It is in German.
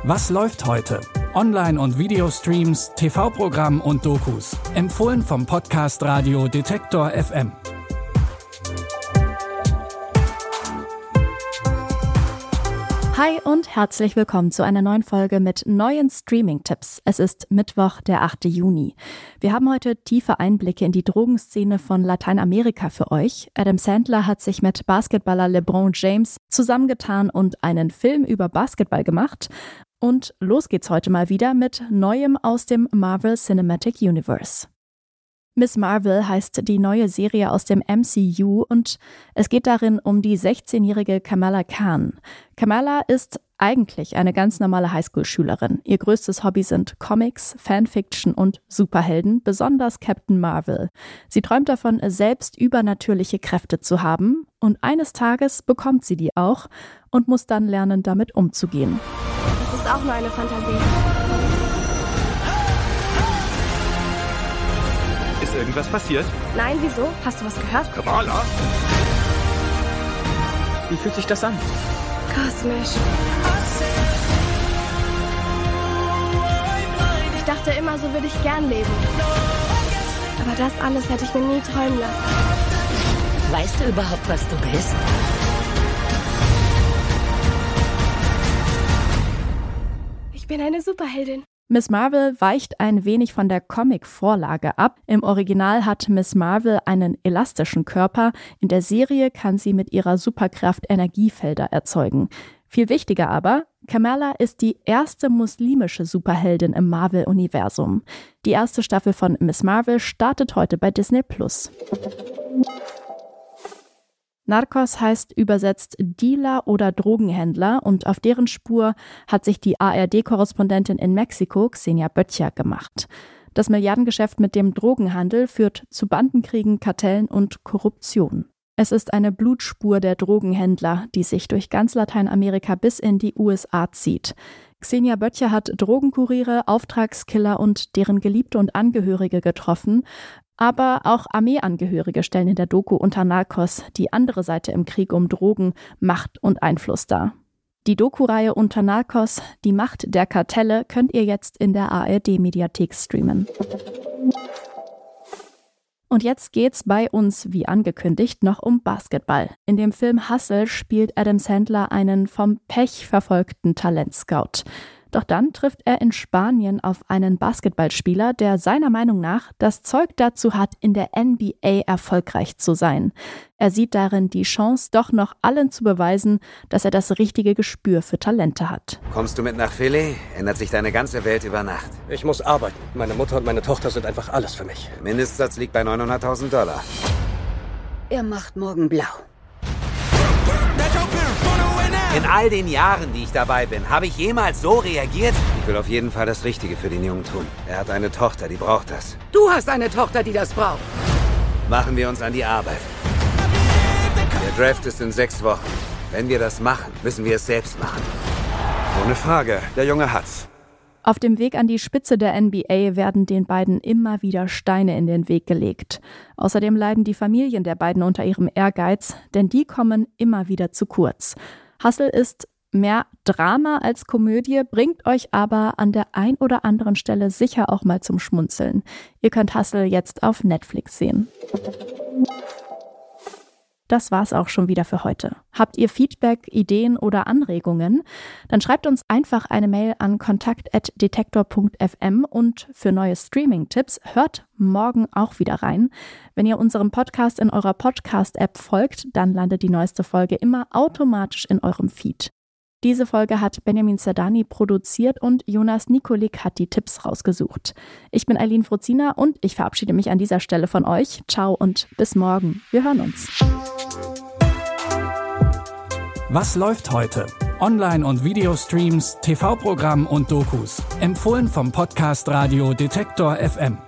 Was läuft heute? Online- und Videostreams, TV-Programm und Dokus. Empfohlen vom Podcast Radio Detektor FM. Hi und herzlich willkommen zu einer neuen Folge mit neuen Streaming-Tipps. Es ist Mittwoch, der 8. Juni. Wir haben heute tiefe Einblicke in die Drogenszene von Lateinamerika für euch. Adam Sandler hat sich mit Basketballer LeBron James zusammengetan und einen Film über Basketball gemacht. Und los geht's heute mal wieder mit Neuem aus dem Marvel Cinematic Universe. Miss Marvel heißt die neue Serie aus dem MCU und es geht darin um die 16-jährige Kamala Khan. Kamala ist eigentlich eine ganz normale Highschool-Schülerin. Ihr größtes Hobby sind Comics, Fanfiction und Superhelden, besonders Captain Marvel. Sie träumt davon, selbst übernatürliche Kräfte zu haben und eines Tages bekommt sie die auch und muss dann lernen, damit umzugehen. Das ist auch nur eine Fantasie. Ist irgendwas passiert? Nein, wieso? Hast du was gehört? Kamala? Wie fühlt sich das an? Kosmisch. Ich dachte immer, so würde ich gern leben. Aber das alles hätte ich mir nie träumen lassen. Weißt du überhaupt, was du bist? Ich bin eine Superheldin. Miss Marvel weicht ein wenig von der Comic-Vorlage ab. Im Original hat Miss Marvel einen elastischen Körper. In der Serie kann sie mit ihrer Superkraft Energiefelder erzeugen. Viel wichtiger aber, Kamala ist die erste muslimische Superheldin im Marvel-Universum. Die erste Staffel von Miss Marvel startet heute bei Disney+. Narcos heißt übersetzt Dealer oder Drogenhändler und auf deren Spur hat sich die ARD-Korrespondentin in Mexiko, Xenia Böttcher, gemacht. Das Milliardengeschäft mit dem Drogenhandel führt zu Bandenkriegen, Kartellen und Korruption. Es ist eine Blutspur der Drogenhändler, die sich durch ganz Lateinamerika bis in die USA zieht. Xenia Böttcher hat Drogenkuriere, Auftragskiller und deren Geliebte und Angehörige getroffen. Aber auch Armeeangehörige stellen in der Doku unter Narcos die andere Seite im Krieg um Drogen, Macht und Einfluss dar. Die Doku-Reihe Unter Narcos, die Macht der Kartelle, könnt ihr jetzt in der ARD-Mediathek streamen. Und jetzt geht's bei uns, wie angekündigt, noch um Basketball. In dem Film Hustle spielt Adam Sandler einen vom Pech verfolgten Talentscout. Doch dann trifft er in Spanien auf einen Basketballspieler, der seiner Meinung nach das Zeug dazu hat, in der NBA erfolgreich zu sein. Er sieht darin die Chance, doch noch allen zu beweisen, dass er das richtige Gespür für Talente hat. Kommst du mit nach Philly, ändert sich deine ganze Welt über Nacht. Ich muss arbeiten. Meine Mutter und meine Tochter sind einfach alles für mich. Der Mindestsatz liegt bei $900.000. Er macht morgen blau. In all den Jahren, die ich dabei bin, habe ich jemals so reagiert? Ich will auf jeden Fall das Richtige für den Jungen tun. Er hat eine Tochter, die braucht das. Du hast eine Tochter, die das braucht. Machen wir uns an die Arbeit. Der Draft ist in 6 Wochen. Wenn wir das machen, müssen wir es selbst machen. Ohne Frage, der Junge hat's. Auf dem Weg an die Spitze der NBA werden den beiden immer wieder Steine in den Weg gelegt. Außerdem leiden die Familien der beiden unter ihrem Ehrgeiz, denn die kommen immer wieder zu kurz. Hustle ist mehr Drama als Komödie, bringt euch aber an der ein oder anderen Stelle sicher auch mal zum Schmunzeln. Ihr könnt Hustle jetzt auf Netflix sehen. Das war's auch schon wieder für heute. Habt ihr Feedback, Ideen oder Anregungen? Dann schreibt uns einfach eine Mail an kontakt@detektor.fm und für neue Streaming-Tipps hört morgen auch wieder rein. Wenn ihr unserem Podcast in eurer Podcast-App folgt, dann landet die neueste Folge immer automatisch in eurem Feed. Diese Folge hat Benjamin Zerdani produziert und Jonas Nikolik hat die Tipps rausgesucht. Ich bin Eileen Fruzina und ich verabschiede mich an dieser Stelle von euch. Ciao und bis morgen. Wir hören uns. Was läuft heute? Online- und Videostreams, TV-Programm und Dokus. Empfohlen vom Podcast Radio Detektor FM.